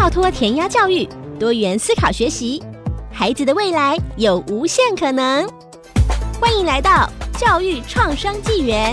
跳脱填鸭教育，多元思考学习，孩子的未来有无限可能。欢迎来到教育创生纪元。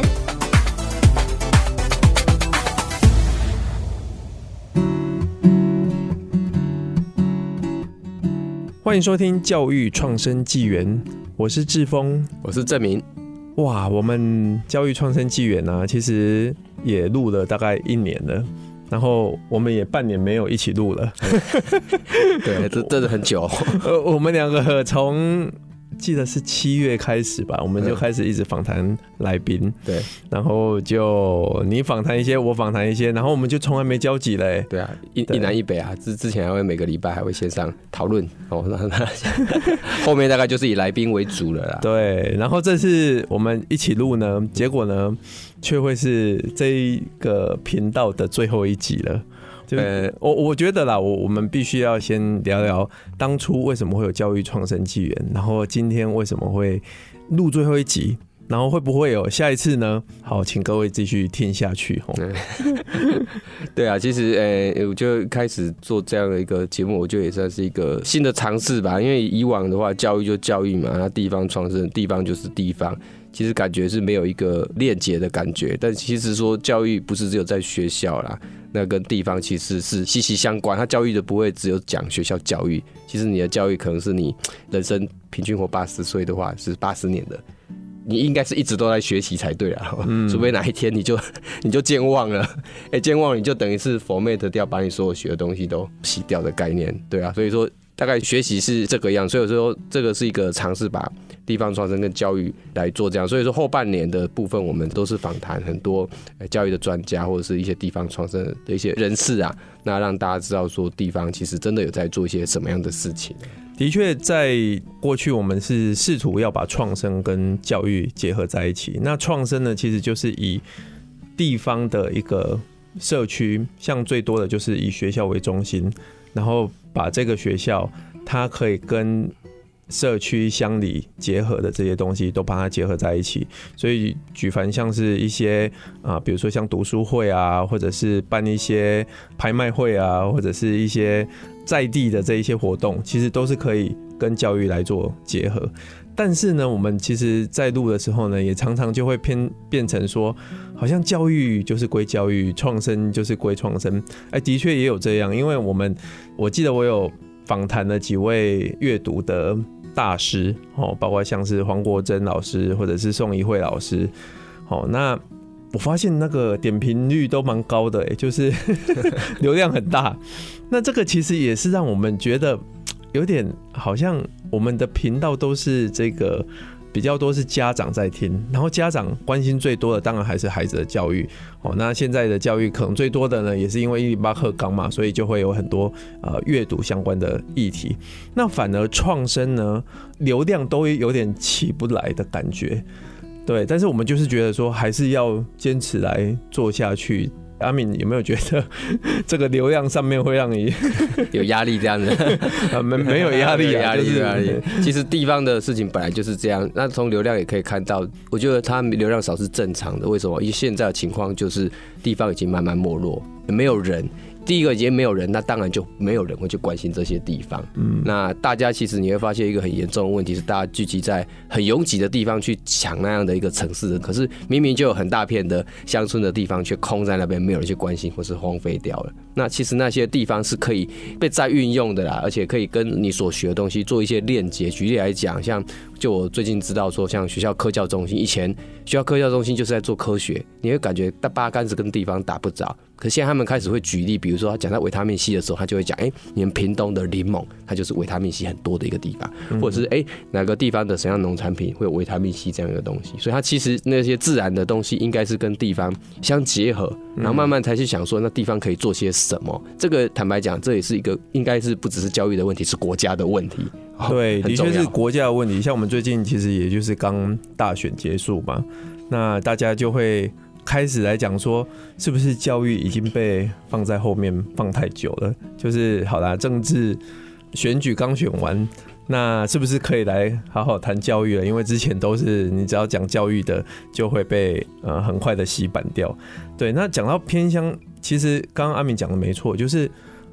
欢迎收听教育创生纪元，我是志峰， 我是郑明。 哇，我们教育创生纪元啊，其实也录了大概1年了，然后我们也半年没有一起录了。 对，这真的很久。 我们两个从记得是7月开始吧，我们就开始一直访谈来宾， 对， 然后就你访谈一些，我访谈一些，然后我们就从来没交集嘞。 对啊，一南一北啊，之前还会每个礼拜还会线上讨论哦，后面大概就是以来宾为主了啦。 对，然后这次我们一起录呢，结果呢，却会是这一个频道的最后一集了。我觉得啦，我们必须要先聊聊当初为什么会有教育创生纪元，然后今天为什么会录最后一集，然后会不会有下一次呢？好，请各位继续听下去。 对啊，其实我就开始做这样的一个节目，我觉得也算是一个新的尝试吧。因为以往的话，教育就教育嘛，那地方创生，地方就是地方。其实感觉是没有一个链接的感觉，但其实说教育不是只有在学校啦，那跟地方其实是息息相关。它教育的不会只有讲学校教育，其实你的教育可能是你人生平均活80岁的话是80年的，你应该是一直都在学习才对啦，除非哪一天你就健忘了，健忘了你就等于是 format 掉，把你所有学的东西都洗掉的概念，对啊，所以说大概学习是这个样，所以说这个是一个尝试把地方创生跟教育来做这样，所以说后半年的部分我们都是访谈很多教育的专家或者是一些地方创生的一些人士啊，那让大家知道说地方其实真的有在做一些什么样的事情。 的确，在过去我们是试图要把创生跟教育结合在一起。那创生呢，其实就是以地方的一个社区，像最多的就是以学校为中心，然后把这个学校它可以跟社区乡里结合的这些东西都把它结合在一起，所以举凡像是一些比如说像读书会啊，或者是办一些拍卖会啊，或者是一些在地的这一些活动，其实都是可以跟教育来做结合。但是呢，我们其实在录的时候呢，也常常就会变成说，好像教育就是归教育，创生就是归创生。的确也有这样，因为我记得我有访谈了几位阅读的大师，包括像是黄国珍老师或者是宋怡慧老师，那我发现那个点评率都蛮高的，就是流量很大。那这个其实也是让我们觉得有点好像我们的频道都是这个比较多是家长在听，然后家长关心最多的当然还是孩子的教育。那现在的教育可能最多的呢，也是因为108课纲嘛，所以就会有很多阅读相关的议题。那反而创生呢，流量都有点起不来的感觉。对，但是我们就是觉得说，还是要坚持来做下去。阿敏有没有觉得这个流量上面会让你有压力这样子？ 没有压力啊， 有压力。其实地方的事情本来就是这样。那从流量也可以看到，我觉得它流量少是正常的。为什么？因为现在的情况就是地方已经慢慢没落，没有人。第一个已经没有人，那当然就没有人会去关心这些地方。那大家其实你会发现一个很严重的问题是，大家聚集在很拥挤的地方去抢那样的一个城市，可是明明就有很大片的乡村的地方却空在那边，没有人去关心或是荒废掉了。那其实那些地方是可以被再运用的啦，而且可以跟你所学的东西做一些链接。举例来讲，像就我最近知道说，像学校科教中心，以前学校科教中心就是在做科学，你会感觉八竿子跟地方打不着。可现在他们开始会举例，比如说他讲到维他命 C 的时候，他就会讲，你们屏东的柠檬，它就是维他命 C 很多的一个地方，或者是哪个地方的什么样农产品会有维他命 C 这样的东西，所以它其实那些自然的东西应该是跟地方相结合，然后慢慢才去想说那地方可以做些什么。这个坦白讲，这也是一个应该是不只是教育的问题，是国家的问题。 对，的确是国家的问题。像我们最近其实也就是刚大选结束嘛，那大家就会开始来讲说，是不是教育已经被放在后面放太久了？就是好啦，政治选举刚选完，那是不是可以来好好谈教育了？因为之前都是你只要讲教育的，就会被很快的洗版掉。对，那讲到偏乡，其实刚刚阿敏讲的没错，就是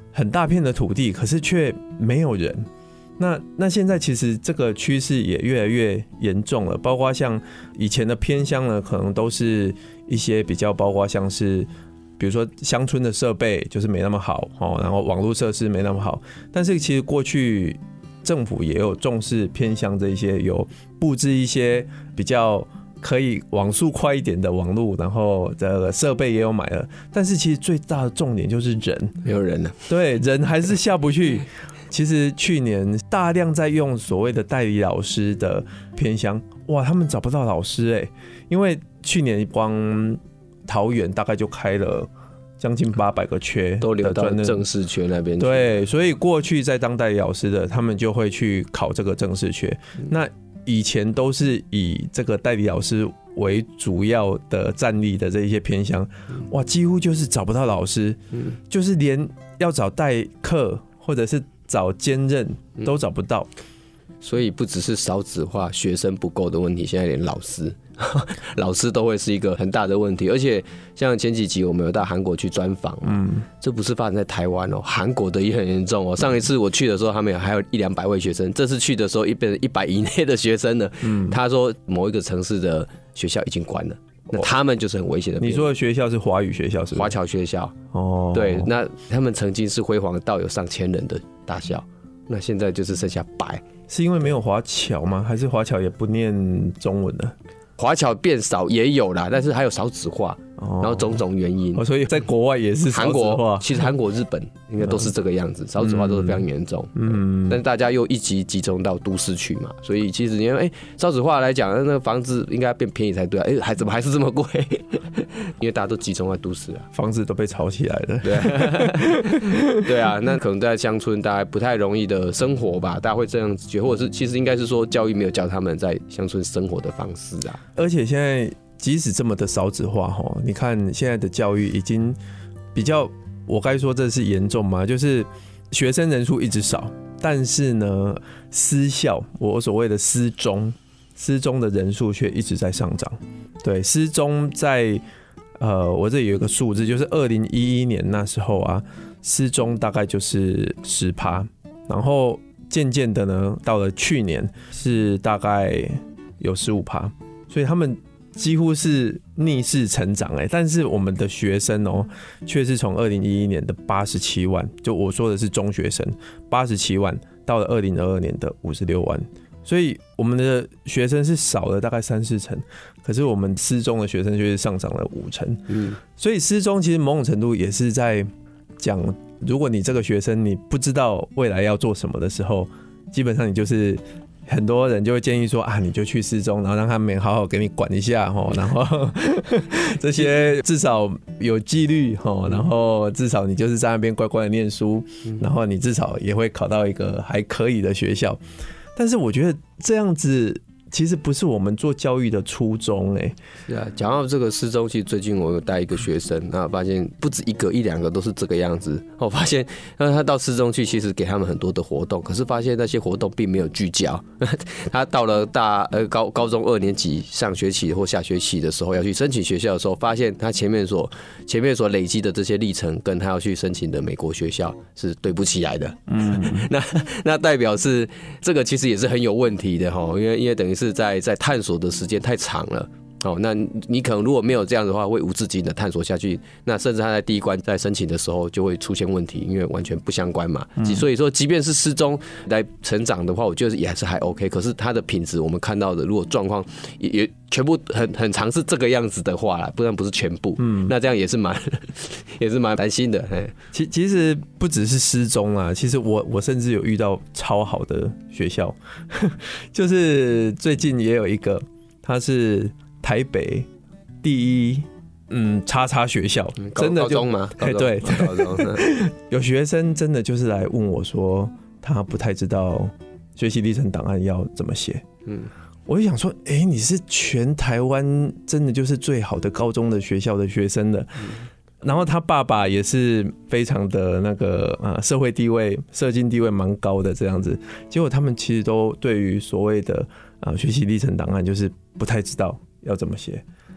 很大片的土地，可是却没有人。那现在其实这个趋势也越来越严重了，包括像以前的偏乡呢，可能都是一些比较包括像是比如说乡村的设备就是没那么好，然后网络设施没那么好，但是其实过去政府也有重视偏乡这一些，有布置一些比较可以网速快一点的网络，然后这个设备也有买了，但是其实最大的重点就是人， 没有人了， 对，人还是下不去。其实去年大量在用所谓的代理老师的偏乡，哇，他们找不到老师因为去年光桃园大概就开了将近800个缺， 都流到正式缺那边去。 对，所以过去在当代理老师的，他们就会去考这个正式缺。那以前都是以这个代理老师为主要的战力的这一些偏乡，哇，几乎就是找不到老师，就是连要找代课或者是找兼任都找不到。 所以不只是少子化、学生不够的问题，现在连老师都会是一个很大的问题。而且像前几集我们有到韩国去专访这不是发生在台湾韩国的也很严重上一次我去的时候，他们还有100-200位学生，这次去的时候变成100以内的学生了。他说某一个城市的学校已经关了，那他们就是很危险的。 你说的学校是华语学校是不是？ 华侨学校对，那他们曾经是辉煌到有上千人的大校，那现在就是剩下100。 是因为没有华侨吗？还是华侨也不念中文了？ 华侨变少也有啦，但是还有少子化，然后种种原因。 所以在国外也是少子化。 其实韩国、日本应该都是这个样子，少子化都是非常严重。但是大家又一集集中到都市区嘛，所以其实你看，少子化来讲，那个房子应该变便宜才对啊，怎么还是这么贵？因为大家都集中在都市啊， 房子都被炒起来了。 对啊，那可能在乡村大家不太容易的生活吧，大家会这样子觉得，或者是其实应该是说教育没有教他们在乡村生活的方式啊。 而且现在即使这么的少子化你看现在的教育已经比较，我该说这是严重吗？就是学生人数一直少，但是呢，私校我所谓的私中的人数却一直在上涨。对，私中在我这里有一个数字，就是2011年那时候啊，私中大概就是10%，然后渐渐的呢，到了去年是大概有15%，所以他们几乎是逆势成长但是我们的学生却是从2011年的87万，就我说的是中学生87万，到了2022年的56万。所以我们的学生是少了大概3-4成，可是我们私中的学生却是上涨了5成。所以私中其实某种程度也是在讲，如果你这个学生你不知道未来要做什么的时候，基本上你就是很多人就会建议说你就去私中，然后让他们好好给你管一下然后这些至少有纪律然后至少你就是在那边乖乖的念书，然后你至少也会考到一个还可以的学校。但是我觉得这样子其实不是我们做教育的初衷是啊，讲到这个私中，其实最近我有带一个学生，那发现不止1-2个都是这个样子。我发现他到私中去，其实给他们很多的活动，可是发现那些活动并没有聚焦。他到了高中2年级上学期或下学期的时候，要去申请学校的时候，发现他前面所累积的这些历程，跟他要去申请的美国学校是对不起来的。那代表是这个其实也是很有问题的因为等于是在探索的时间太长了。那你可能如果没有这样的话，会无止境的探索下去，那甚至他在第一关在申请的时候就会出现问题，因为完全不相关嘛。所以说，即便是私中来成长的话，我觉得也还是还 OK。可是他的品质，我们看到的，如果状况也全部很常是这个样子的话啦，不然不是全部，那这样也是蛮担心的。 其实不只是私中啊，其实我甚至有遇到超好的学校，就是最近也有一个，他是台北第一叉叉学校，真的就高中吗？ 对， 高中有学生真的就是来问我说，他不太知道学习历程档案要怎么写。我就想说，你是全台湾真的就是最好的高中的学校的学生的。然后他爸爸也是非常的那个社会地位、社经地位蛮高的这样子，结果他们其实都对于所谓的学习历程档案就是不太知道要怎么写。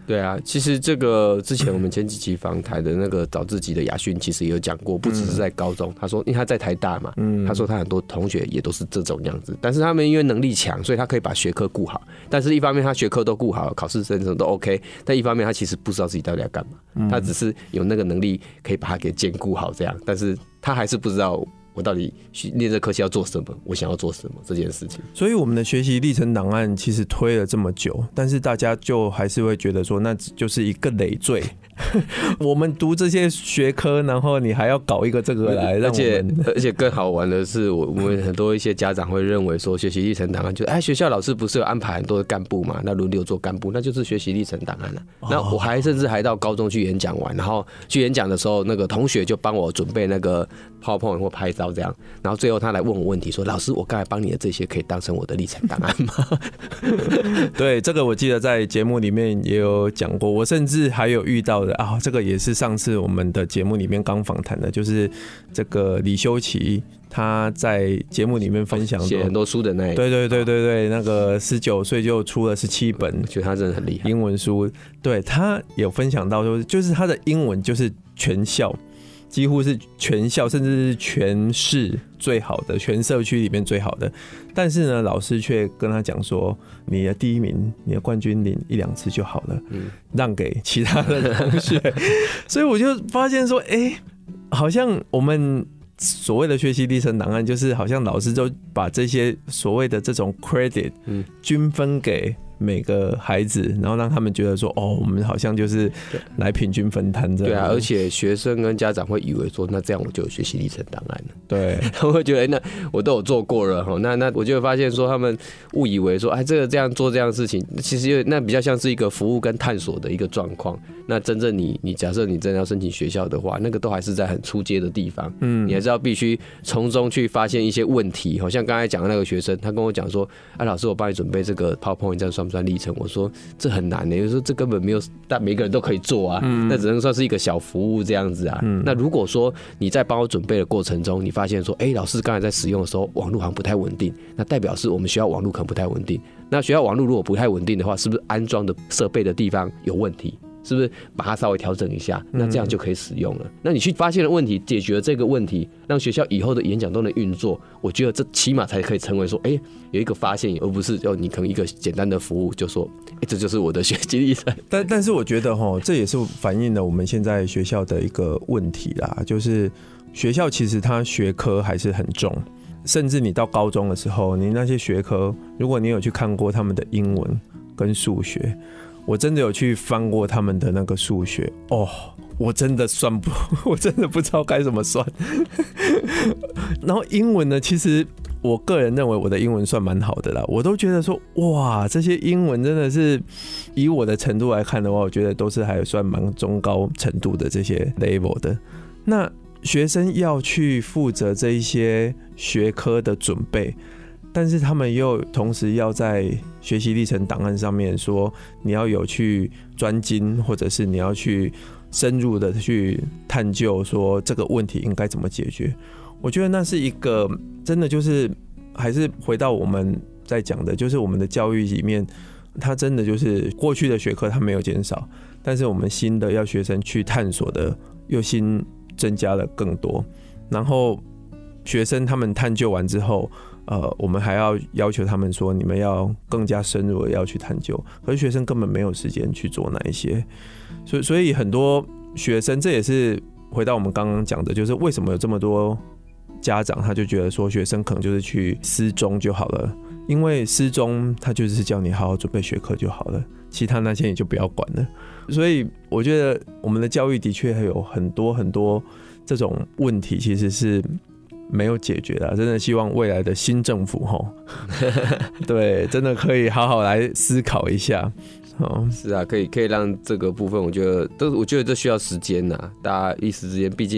对啊，其实这个之前我们前几期访谈的那个早自习的雅训，其实也有讲过，不只是在高中。他说，因为他在台大嘛，他说他很多同学也都是这种样子，但是他们因为能力强，所以他可以把学科顾好。但是一方面他学科都顾好，考试什么都 OK， 但一方面他其实不知道自己到底要干嘛，他只是有那个能力可以把它给兼顾好这样，但是他还是不知道我到底念这科系要做什么，我想要做什么这件事情。 所以我们的学习历程档案其实推了这么久，但是大家就还是会觉得说，那就是一个累赘。我们读这些学科，然后你还要搞一个这个来让我们， 而且更好玩的是，我们很多一些家长会认为说，学习历程档案就是，学校老师不是有安排很多的干部嘛，那轮流做干部，那就是学习历程档案了。那我还甚至还到高中去演讲完，然后去演讲的时候，那个同学就帮我准备那个 PowerPoint 或拍照这样，然后最后他来问我问题说，老师，我刚才帮你的这些可以当成我的历程档案吗？ 对，这个我记得在节目里面也有讲过，我甚至还有遇到的这个也是上次我们的节目里面刚访谈的，就是这个李修齐他在节目里面分享写很多书的那一个， 对，那个19岁就出了17本， 我觉得他真的很厉害， 英文书。对，他有分享到说，就是他的英文就是全校。几乎是全校甚至是全市最好的，全社区里面最好的，但是呢，老师却跟他讲说，你的第一名，你的冠军领1-2次就好了，让给其他的同学。所以我就发现说，好像我们所谓的学习历程档案，就是好像老师就把这些所谓的这种 credit 均分给每个孩子，然后让他们觉得说，我们好像就是来平均分摊这样。 对啊，而且学生跟家长会以为说，那这样我就有学习历程档案了。 对， 他们会觉得，那我都有做过了，那我就会发现说，他们误以为说，这个这样做这样的事情，其实那比较像是一个服务跟探索的一个状况。那真正你假设你真的要申请学校的话，那个都还是在很初阶的地方，你还是要必须从中去发现一些问题。好像刚才讲的那个学生，他跟我讲说，老师，我帮你准备这个 PowerPoint， 这样算不算历程？我说这很难的，有时候这根本没有，但每个人都可以做啊，那只能算是一个小服务这样子啊。那如果说你在帮我准备的过程中，你发现说，老师刚才在使用的时候，网络好像不太稳定，那代表是我们学校网络可能不太稳定。那学校网络如果不太稳定的话，是不是安装的设备的地方有问题？是不是把它稍微调整一下，那这样就可以使用了？那你去发现了问题，解决了这个问题，让学校以后的演讲都能运作，我觉得这起码才可以成为说，有一个发现，而不是你可能一个简单的服务就说，这就是我的学习历程。 但是我觉得这也是反映了我们现在学校的一个问题啦，就是学校其实它学科还是很重，甚至你到高中的时候，你那些学科，如果你有去看过他们的英文跟数学。我真的有去翻过他们的那个数学我真的我真的不知道该怎么算。然后英文呢，其实我个人认为我的英文算蛮好的啦，我都觉得说，哇，这些英文真的是以我的程度来看的话，我觉得都是还算蛮中高程度的这些 level 的。那学生要去负责这一些学科的准备。但是他们又同时要在学习历程档案上面说，你要有去专精，或者是你要去深入的去探究，说这个问题应该怎么解决。我觉得那是一个真的就是还是回到我们在讲的，就是我们的教育里面，它真的就是过去的学科它没有减少，但是我们新的要学生去探索的又新增加了更多。然后学生他们探究完之后。我们还要求他们说，你们要更加深入的要去探究，可是学生根本没有时间去做那一些，所以很多学生，这也是回到我们刚刚讲的，就是为什么有这么多家长他就觉得说，学生可能就是去私中就好了，因为私中他就是叫你好好准备学科就好了，其他那些你就不要管了。所以我觉得我们的教育的确还有很多很多这种问题，其实是没有解决的，真的希望未来的新政府对，真的可以好好来思考一下。 是啊，可以让这个部分，我觉得这需要时间呐。大家一时之间，毕竟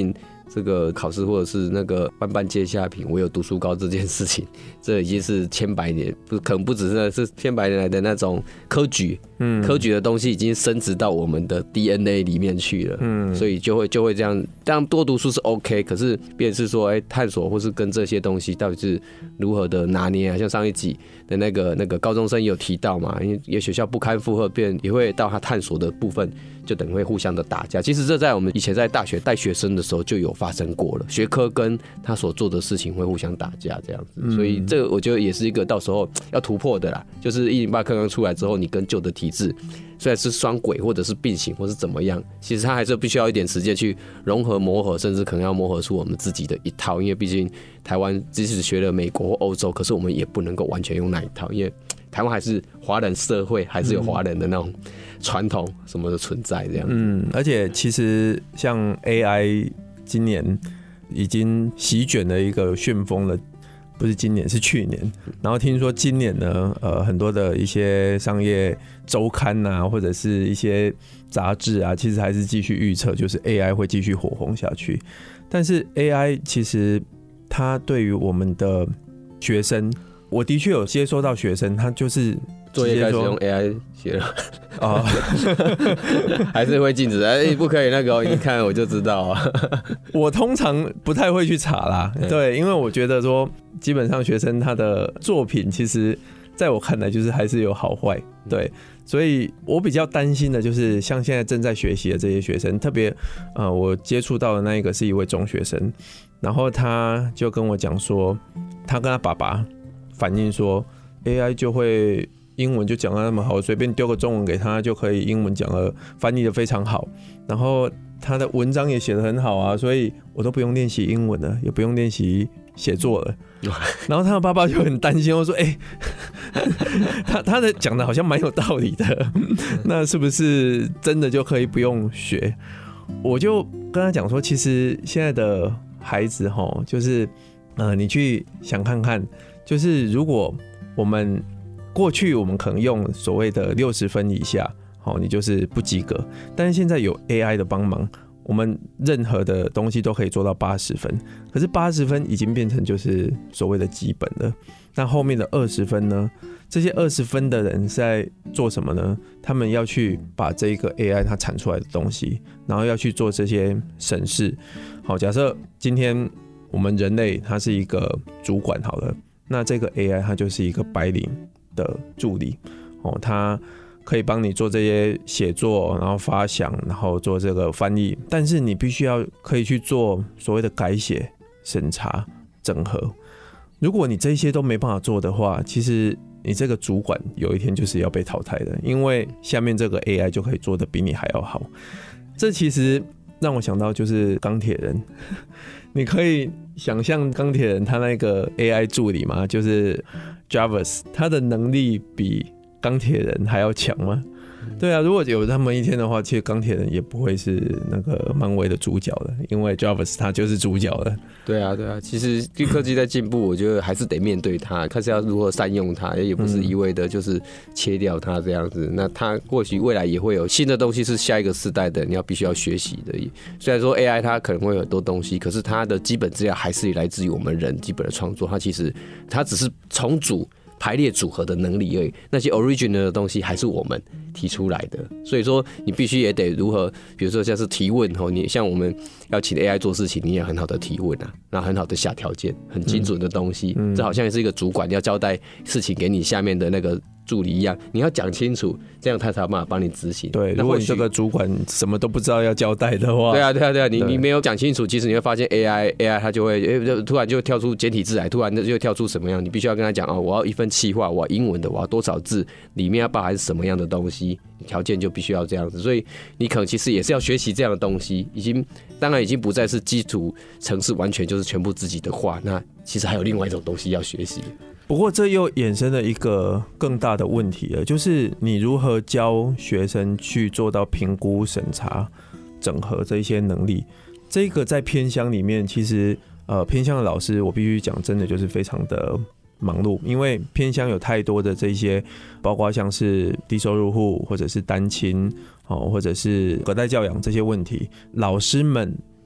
这个考试或者是那个万般皆下品，唯有读书高这件事情，这已经是千百年，可能不只是千百年来的那种科举，科举的东西已经升值到我们的 DNA 里面去了，所以就会这样。当然多读书是 OK， 可是变成是说，探索或是跟这些东西到底是如何的拿捏啊？像上一集的那个高中生有提到嘛，因为学校不堪负荷，也会到他探索的部分，就等于会互相的打架。其实这在我们以前在大学带学生的时候就有发生过了，学科跟他所做的事情会互相打架这样子，所以这个我觉得也是一个到时候要突破的啦。就是108课纲出来之后，你跟旧的体制虽然是双轨或者是并行或是怎么样，其实它还是必须要一点时间去融合磨合，甚至可能要磨合出我们自己的一套。因为毕竟台湾即使学了美国或欧洲，可是我们也不能够完全用那一套，因为台湾还是华人社会，还是有华人的那种传统什么的存在这样子。 而且其实像 AI 今年已经席卷了一个旋风了。不是今年，是去年。然后听说今年呢，很多的一些商业周刊啊，或者是一些杂志啊，其实还是继续预测，就是 AI 会继续火红下去。但是 AI 其实它对于我们的学生，我的确有接收到学生，他就是作业开始用 AI 写了哦，还是会禁止不可以那个，一看我就知道啊。 我通常不太会去查啦，对，因为我觉得说，基本上学生他的作品，其实在我看来就是还是有好坏，对，所以我比较担心的就是像现在正在学习的这些学生，特别我接触到的那一个是一位中学生，然后他就跟我讲说，他跟他爸爸反映说 ，AI 就会。英文就讲得那么好，随便丢个中文给他就可以英文讲了，翻译得非常好，然后他的文章也写得很好啊，所以我都不用练习英文了，也不用练习写作了。然后他的爸爸就很担心，我说：“他的讲的好像蛮有道理的，那是不是真的就可以不用学？”我就跟他讲说，其实现在的孩子齁，就是你去想看看，就是如果我们过去我们可能用所谓的60分以下，你就是不及格。但是现在有 AI 的帮忙，我们任何的东西都可以做到80分。可是80分已经变成就是所谓的基本了。那后面的20分呢？这些20分的人是在做什么呢？他们要去把这个 AI 它产出来的东西，然后要去做这些审视。好，假设今天我们人类它是一个主管好了，那这个 AI 它就是一个白领的助理，他可以帮你做这些写作，然后发想，然后做这个翻译，但是你必须要可以去做所谓的改写、审查、整合。如果你这些都没办法做的话，其实你这个主管有一天就是要被淘汰的，因为下面这个 AI 就可以做得比你还要好。这其实让我想到就是钢铁人，你可以想象钢铁人他那个 AI 助理吗？就是 Jarvis， 他的能力比钢铁人还要强吗？对啊，如果有他们一天的话，其实钢铁人也不会是那个漫威的主角了，因为 Jarvis 他就是主角了。 对啊，对啊，其实科技在进步，我觉得还是得面对它，看是要如何善用它，也不是一味的就是切掉它这样子。那它或许未来也会有新的东西，是下一个世代的你必须要学习的。虽然说 AI 它可能会有很多东西，可是它的基本资料还是来自于我们人基本的创作，它其实它只是重组排列组合的能力而已，那些 original 的东西还是我们提出来的。所以说你必须也得如何，比如说像是提问，你像我们要请 AI 做事情，你也很好的提问啊，然后很好的下条件，很精准的东西，这好像也是一个主管要交代事情给你下面的那个助理一样，你要讲清楚，这样他才有办法帮你执行。 对，如果你这个主管什么都不知道要交代的话， 对啊，你没有讲清楚，其实你会发现 AI 它就会突然就跳出简体字来，突然就跳出什么样，你必须要跟他讲我要一份企划，我要英文的，我要多少字，里面要包含什么样的东西，条件就必须要这样子。所以你可能其实也是要学习这样的东西，当然已经不再是基础程式完全就是全部自己的话，那其实还有另外一种东西要学习。 不过这又衍生了一个更大的问题了，就是你如何教学生去做到评估、审查、整合这些能力。这个在偏乡里面，其实偏乡的老师，我必须讲，真的就是非常的忙碌，因为偏乡有太多的这些，包括像是低收入户或者是单亲，或者是隔代教养这些问题，老师们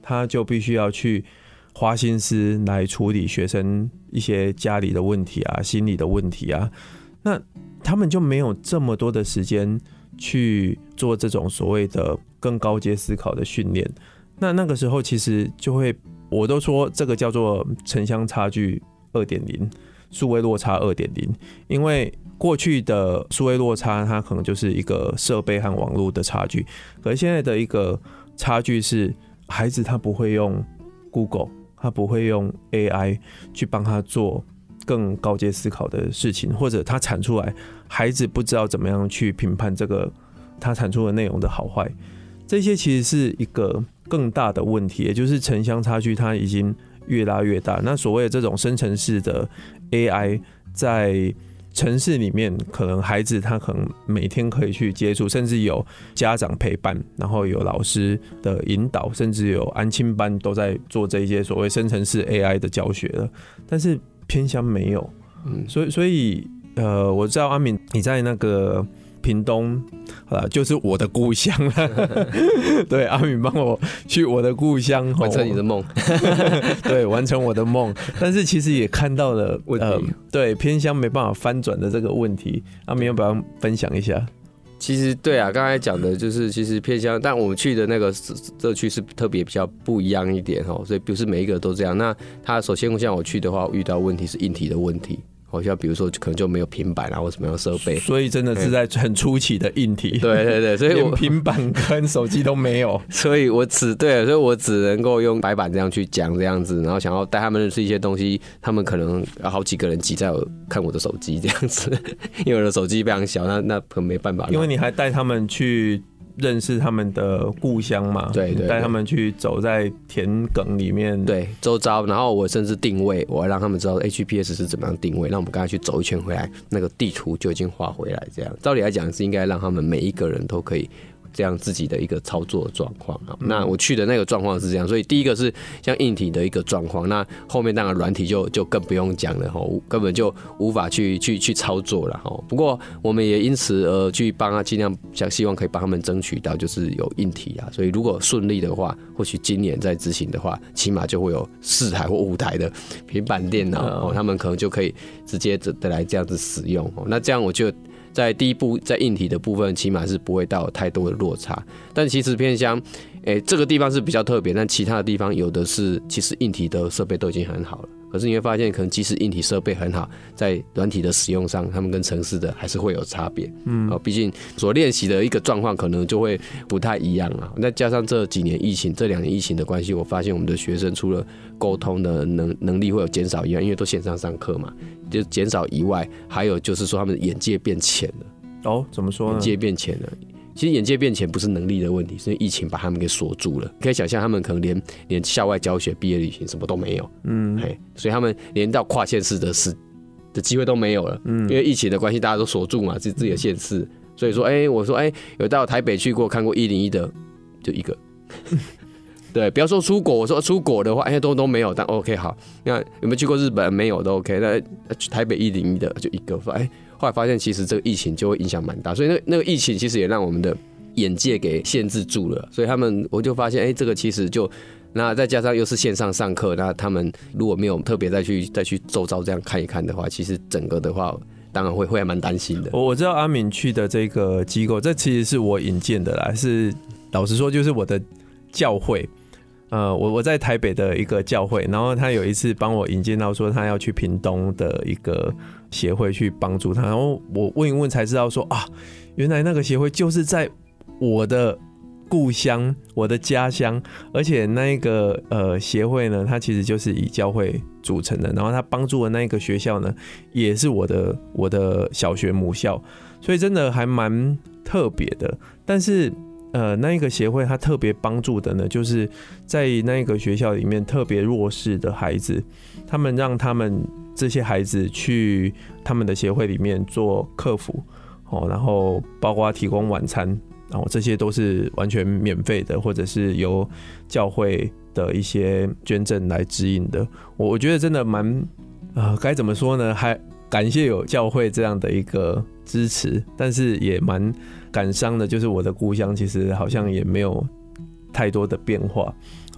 他就必须要去花心思来处理学生一些家里的问题啊、心理的问题啊，那他们就没有这么多的时间去做这种所谓的更高阶思考的训练。那个时候其实就会，我都说这个叫做城乡差距 2.0， 数位落差 2.0， 因为过去的数位落差它可能就是一个设备和网络的差距，可是现在的一个差距是孩子他不会用 Google， 他不会用 AI 去帮他做更高阶思考的事情，或者他产出来孩子不知道怎么样去评判这个他产出的内容的好坏，这些其实是一个更大的问题，也就是城乡差距它已经越拉越大。那所谓的这种生成式的 AI 在城市里面，可能孩子他可能每天可以去接触，甚至有家长陪伴，然后有老师的引导，甚至有安亲班都在做这些所谓生成式 AI 的教学了，但是偏乡没有。所以我知道阿敏你在那个屏东，就是我的故乡了。对，阿敏帮我去我的故乡完成你的梦。 对，完成我的梦。但是其实也看到了对偏乡没办法翻转的这个问题。阿敏要不要分享一下？ 其实对啊，刚才讲的就是其实偏乡，但我们去的那个社区是特别比较不一样一点哦，所以不是每一个都这样。那他首先像我去的话，遇到问题是硬体的问题。好像比如说可能就没有平板啊或什么样的设备， 所以真的是在很初期的硬体。 对对对，所以连平板跟手机都没有， 所以我只能够用白板这样去讲这样子，然后想要带他们认识一些东西，他们可能好几个人挤在我看我的手机这样子，因为我的手机非常小，那可能没办法。 因为你还带他们去认识他们的故乡嘛， 对， 带他们去走在田埂里面， 对，周遭，然后我甚至定位，我要让他们知道 GPS 是怎么样定位，让我们刚才去走一圈回来，那个地图就已经画回来，这样，照理来讲是应该让他们每一个人都可以这样自己的一个操作的状况。那我去的那个状况是这样，所以第一个是像硬体的一个状况，那后面当然软体就更不用讲了，根本就无法去操作了。不过我们也因此而去帮他尽量希望可以帮他们争取到就是有硬体啊，所以如果顺利的话，或许今年在执行的话，起码就会有4台或5台的平板电脑，他们可能就可以直接的来这样子使用。那这样我就在第一步，在硬体的部分，起码是不会到太多的落差。但其实偏乡，这个地方是比较特别，但其他的地方有的是，其实硬体的设备都已经很好了。可是你会发现，可能即使硬体设备很好，在软体的使用上，他们跟城市的还是会有差别。毕竟所练习的一个状况可能就会不太一样啊。那加上这几年疫情，这2年疫情的关系，我发现我们的学生除了沟通的能力会有减少以外，因为都线上上课嘛，就减少以外，还有就是说他们的眼界变浅了。 怎么说呢？ 眼界变浅了。其实眼界变浅不是能力的问题，是因为疫情把他们给锁住了。可以想象，他们可能连校外教学、毕业旅行什么都没有，所以他们连到跨县市的机会都没有了。因为疫情的关系，大家都锁住嘛，自己的县市。所以说，我说，有到台北去过、看过101的，就一个。对，不要说出国，我说出国的话，都没有。但 OK 好，那有没有去过日本？没有，都 OK。那台北101的就一个，后来发现其实这个疫情就会影响蛮大，所以那个疫情其实也让我们的眼界给限制住了。所以我就发现，这个其实那再加上又是线上上课，那他们如果没有特别再去周遭这样看一看的话，其实整个的话，当然会还蛮担心的。 我知道阿敏去的这个机构，这其实是我引荐的啦，是老实说就是我的教会。我在台北的一个教会，然后他有一次帮我引荐到说他要去屏东的一个协会去帮助他，然后我问一问才知道说原来那个协会就是在我的故乡、我的家乡，而且那个协会呢，它其实就是以教会组成的，然后他帮助的那个学校呢，也是我的小学母校，所以真的还蛮特别的。但是那一个协会它特别帮助的呢，就是在那个学校里面特别弱势的孩子，他们让他们这些孩子去他们的协会里面做客服，然后包括提供晚餐，然后这些都是完全免费的，或者是由教会的一些捐赠来指引的。我觉得真的蛮该怎么说呢？还感谢有教会这样的一个支持，但是也蛮感伤的，就是我的故乡其实好像也没有太多的变化。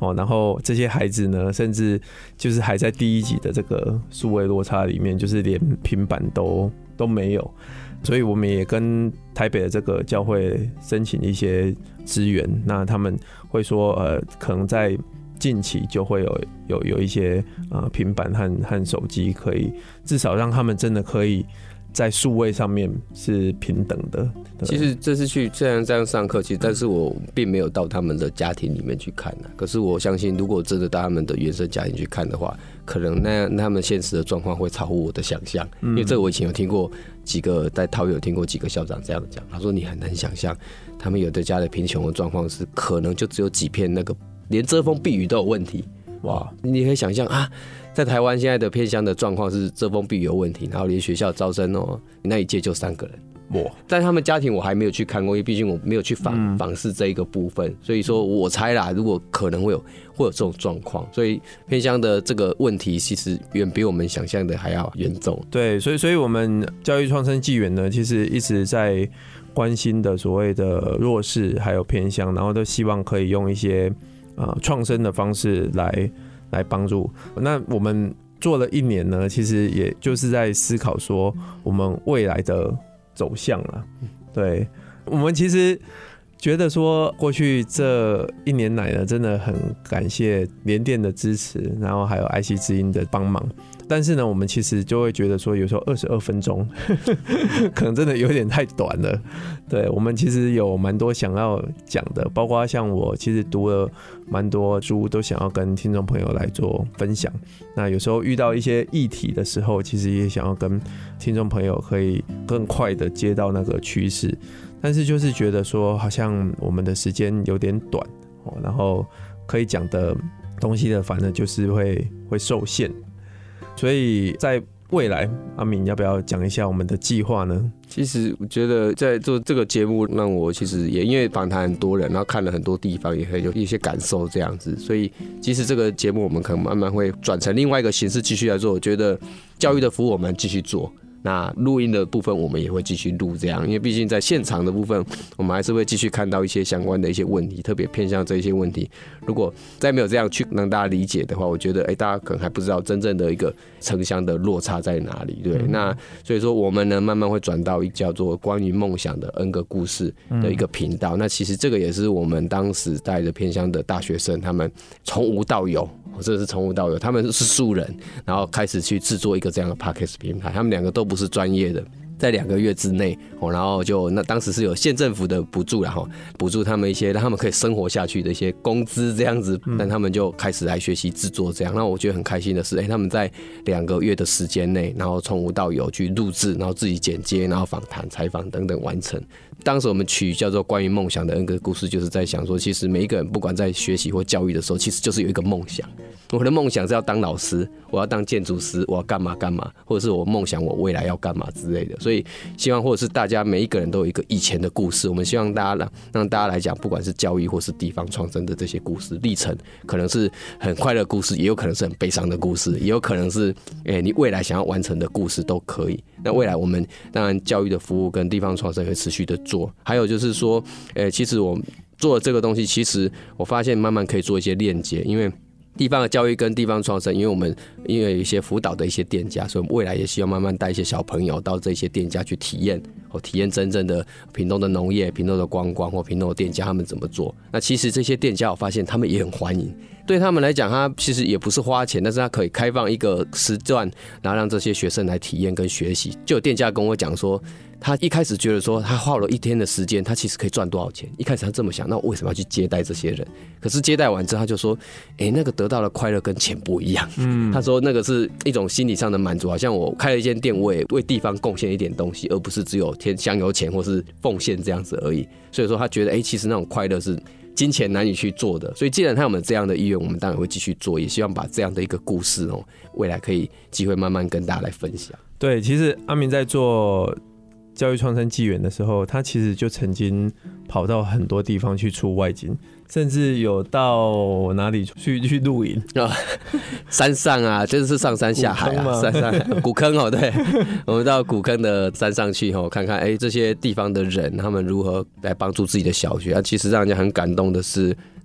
然后这些孩子呢，甚至就是还在第一级的这个数位落差里面，就是连平板都没有。所以我们也跟台北的这个教会申请一些资源，那他们会说，可能在近期就会有一些平板和手机，可以至少让他们真的可以在数位上面是平等的。 其实这次去虽然这样上课，其实但是我并没有到他们的家庭里面去看可是我相信，如果真的到他们的原生家庭去看的话，可能那他们现实的状况会超乎我的想象。因为这个我以前有听过几个，在桃园有听过几个校长这样讲，他说你很难想象，他们有的家的贫穷的状况是可能就只有几片那个连遮风避雨都有问题。哇，你可以想象在台湾现在的偏乡的状况是遮风避雨有问题，然后连学校招生那一届就3个人。但他们家庭我还没有去看过，因为毕竟我没有去访视这一个部分，所以说我猜啦，如果可能会有这种状况，所以偏乡的这个问题其实远比我们想象的还要严重。 对，所以我们教育创生纪元呢，其实一直在关心的所谓的弱势还有偏乡，然后都希望可以用一些创生的方式来帮助。那我们做了1年呢，其实也就是在思考说我们未来的走向啦。对，我们其实觉得说过去这1年来呢，真的很感谢联电的支持，然后还有爱惜之音的帮忙。但是呢，我们其实就会觉得说，有时候22分钟可能真的有点太短了。对，我们其实有蛮多想要讲的，包括像我其实读了蛮多书，都想要跟听众朋友来做分享。那有时候遇到一些议题的时候，其实也想要跟听众朋友可以更快的接到那个趋势，但是就是觉得说，好像我们的时间有点短，然后可以讲的东西的，反正就是会受限。所以在未来，阿敏要不要讲一下我们的计划呢？ 其实我觉得在做这个节目，让我其实也因为访谈很多人，然后看了很多地方，也会有一些感受这样子。所以其实这个节目我们可能慢慢会转成另外一个形式继续来做。我觉得教育的服务我们继续做。那录音的部分我们也会继续录，这样，因为毕竟在现场的部分，我们还是会继续看到一些相关的一些问题，特别偏向这一些问题。如果再没有这样去让大家理解的话，我觉得，大家可能还不知道真正的一个城乡的落差在哪里。对，那所以说我们呢，慢慢会转到一个叫做关于梦想的 N 个故事的一个频道。那其实这个也是我们当时带的偏乡的大学生，他们从无到有。这是从无到有，他们是素人，然后开始去制作一个这样的 Podcast 平台。他们2个都不是专业的，在2个月之内，然后那当时是有县政府的补助，然后补助他们一些让他们可以生活下去的一些工资这样子，但他们就开始来学习制作这样。那我觉得很开心的是，他们在2个月的时间内，然后从无到有去录制，然后自己剪接，然后访谈、采访等等完成。当时我们取叫做关于梦想的 N 个故事，就是在想说，其实每一个人不管在学习或教育的时候，其实就是有一个梦想。我的梦想是要当老师，我要当建筑师，我要干嘛干嘛，或者是我梦想我未来要干嘛之类的。所以希望或者是大家每一个人都有一个以前的故事，我们希望大家让大家来讲，不管是教育或是地方创生的这些故事历程，可能是很快乐的故事，也有可能是很悲伤的故事，也有可能是你未来想要完成的故事都可以。那未来我们当然教育的服务跟地方创生会持续的做，还有就是说，其实我做了这个东西，其实我发现慢慢可以做一些链接，因为地方的教育跟地方创生，因为有一些辅导的一些店家，所以我们未来也希望慢慢带一些小朋友到这些店家去体验真正的屏东的农业、屏东的观光或屏东的店家他们怎么做。那其实这些店家我发现他们也很欢迎，对他们来讲，他其实也不是花钱，但是他可以开放一个时段，然后让这些学生来体验跟学习。就有店家跟我讲说，他一开始觉得说他花了1天的时间，他其实可以赚多少钱。一开始他这么想，那我为什么要去接待这些人？可是接待完之后，他就说，那个得到的快乐跟钱不一样。他说那个是一种心理上的满足，好像我开了一间店，我也为地方贡献一点东西，而不是只有添香油钱或是奉献这样子而已。所以说他觉得，其实那种快乐是金钱难以去做的。所以既然他有这样的意愿，我们当然会继续做，也希望把这样的一个故事未来可以机会慢慢跟大家来分享。 对，其实阿明在做教育创生纪元的时候，他其实就曾经跑到很多地方去出外景，甚至有到哪里去露营山上啊，就是上山下海啊，山上古坑对，我们到古坑的山上去看看这些地方的人他们如何来帮助自己的小学。其实让人家很感动的是，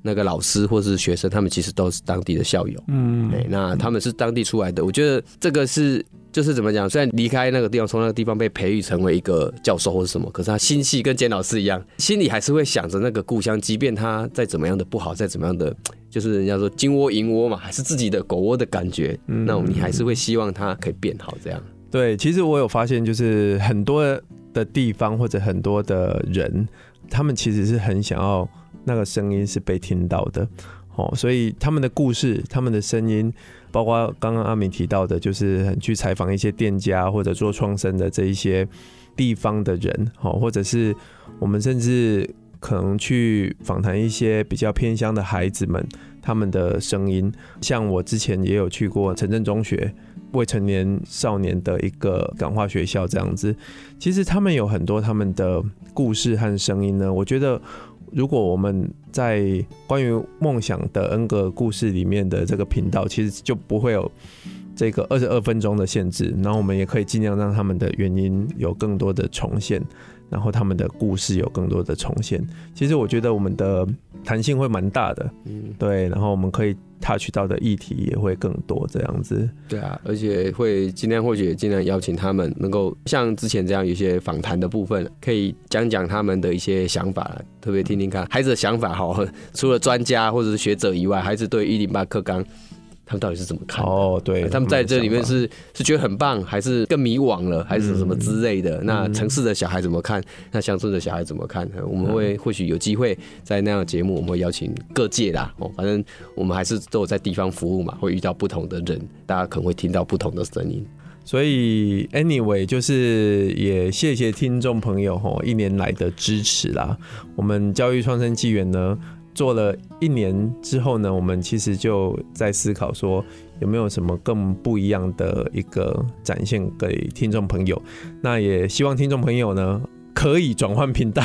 那个老师或是学生，他们其实都是当地的校友，那他们是当地出来的，我觉得这个是。就是怎么讲，虽然离开那个地方，从那个地方被培育成为一个教授或是什么，可是他心系跟简老师一样，心里还是会想着那个故乡，即便他再怎么样的不好，再怎么样的，就是人家说金窝银窝嘛，还是自己的狗窝的感觉，那你还是会希望他可以变好这样。 对，其实我有发现，就是很多的地方或者很多的人，他们其实是很想要那个声音是被听到的，所以他们的故事，他们的声音。包括刚刚阿明提到的，就是很去采访一些店家或者做创生的这一些地方的人，或者是我们甚至可能去访谈一些比较偏乡的孩子们，他们的声音。像我之前也有去过城镇中学未成年少年的一个感化学校这样子，其实他们有很多他们的故事和声音呢，我觉得。如果我们在关于梦想的 N 个故事里面的这个频道，其实就不会有这个22分钟的限制，然后我们也可以尽量让他们的原因有更多的重现，然后他们的故事有更多的重现。其实我觉得我们的弹性会蛮大的，对，然后我们可以 touch 到的议题也会更多这样子。 对啊，而且会尽量或许也尽量邀请他们能够像之前这样有一些访谈的部分，可以讲讲他们的一些想法，特别听听看孩子的想法哈。除了专家或者是学者以外，孩子对108课纲他们到底是怎么看的？对，他们在这里面是觉得很棒，还是更迷惘了，还是什么之类的？那城市的小孩怎么看？那乡村的小孩怎么看？我们会或许有机会在那样的节目，我们会邀请各界啦，反正我们还是都有在地方服务嘛，会遇到不同的人，大家可能会听到不同的声音。 所以 anyway 就是也谢谢听众朋友1年来的支持啦。我们教育创生纪元呢做了1年之后呢，我们其实就在思考说有没有什么更不一样的一个展现给听众朋友。那也希望听众朋友呢可以转换频道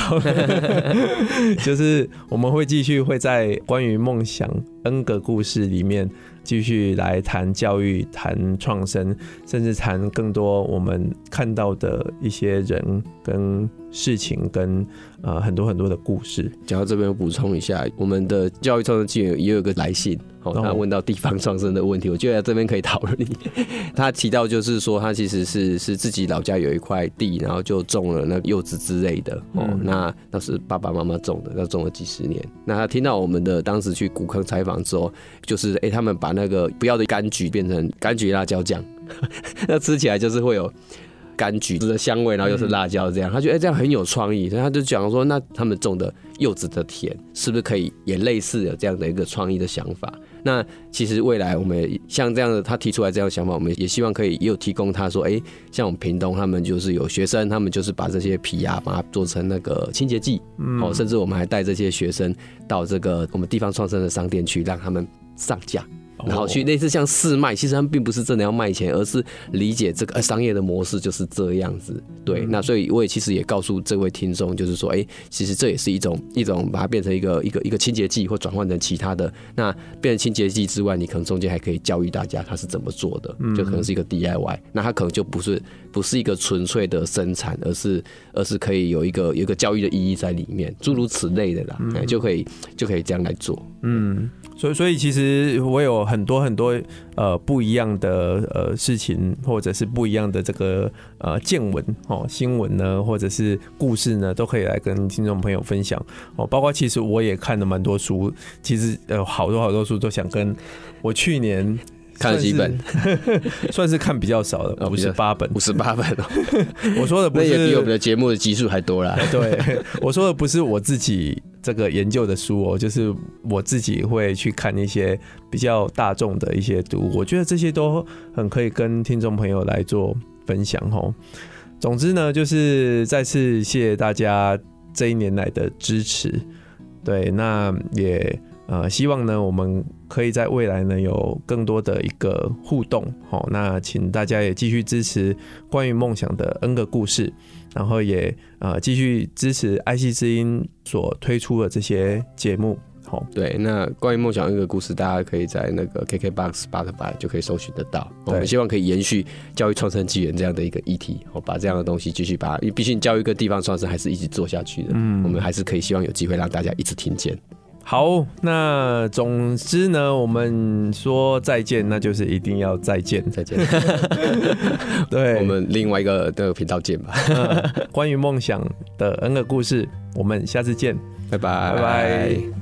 就是我们会继续会在关于梦想 N 个故事里面继续来谈教育，谈创生，甚至谈更多我们看到的一些人跟事情跟很多很多的故事。 讲到这边我补充一下，我们的教育创生纪元也有一个来信，他问到地方创生的问题，我觉得这边可以讨论。他提到就是说他其实是自己老家有一块地，然后就种了那个柚子之类的，那是爸爸妈妈种的，那种了几十年。那他听到我们的当时去古坑采访之后，就是他们把那个不要的柑橘变成柑橘辣椒酱那吃起来就是会有柑橘的香味，然后又是辣椒这样，他觉得这样很有创意，所以他就讲说，那他们种的柚子的田是不是可以也类似有这样的一个创意的想法？那其实未来我们像这样的他提出来这样的想法，我们也希望可以也有提供他说，像我们屏东他们就是有学生，他们就是把这些皮啊把它做成那个清洁剂，甚至我们还带这些学生到这个我们地方创生的商店去，让他们上架。然后去类似像试卖，其实他们并不是真的要卖钱，而是理解这个商业的模式就是这样子。对，那所以我也其实也告诉这位听众，就是说，其实这也是一种把它变成一个清洁剂，或转换成其他的。那变成清洁剂之外，你可能中间还可以教育大家它是怎么做的，就可能是一个 DIY。那它可能就不是一个纯粹的生产，而是可以有一个教育的意义在里面，诸如此类的啦，就可以这样来做。 所以其实我有很多不一样的事情，或者是不一样的这个见闻新闻呢，或者是故事呢，都可以来跟听众朋友分享包括其实我也看了蛮多书，其实好多书都想跟我去年看了几本， 算是看比较少的58本 ，58本我说的不是， 那也比我们的节目的集数还多啦。 对，我说的不是我自己这个研究的书就是我自己会去看一些比较大众的一些读物，我觉得这些都很可以跟听众朋友来做分享总之呢，就是再次谢谢大家这1年来的支持。对，那也希望呢，我们可以在未来呢有更多的一个互动。那请大家也继续支持关于梦想的 N 个故事，然后也继续支持爱惜之音所推出的这些节目。 对，那关于梦想 N 个故事，大家可以在那个 KKBOX、Spotify 就可以搜寻得到。我们希望可以延续教育创生纪元这样的一个议题，把这样的东西继续把，因为毕竟教育跟地方创生还是一直做下去的。我们还是可以希望有机会让大家一直听见。 好，那总之呢，我们说再见，那就是一定要再见， 再见。 对， 我们另外一个的频道见吧。 关于梦想的 N 个故事，我们下次见， 拜拜， 拜拜。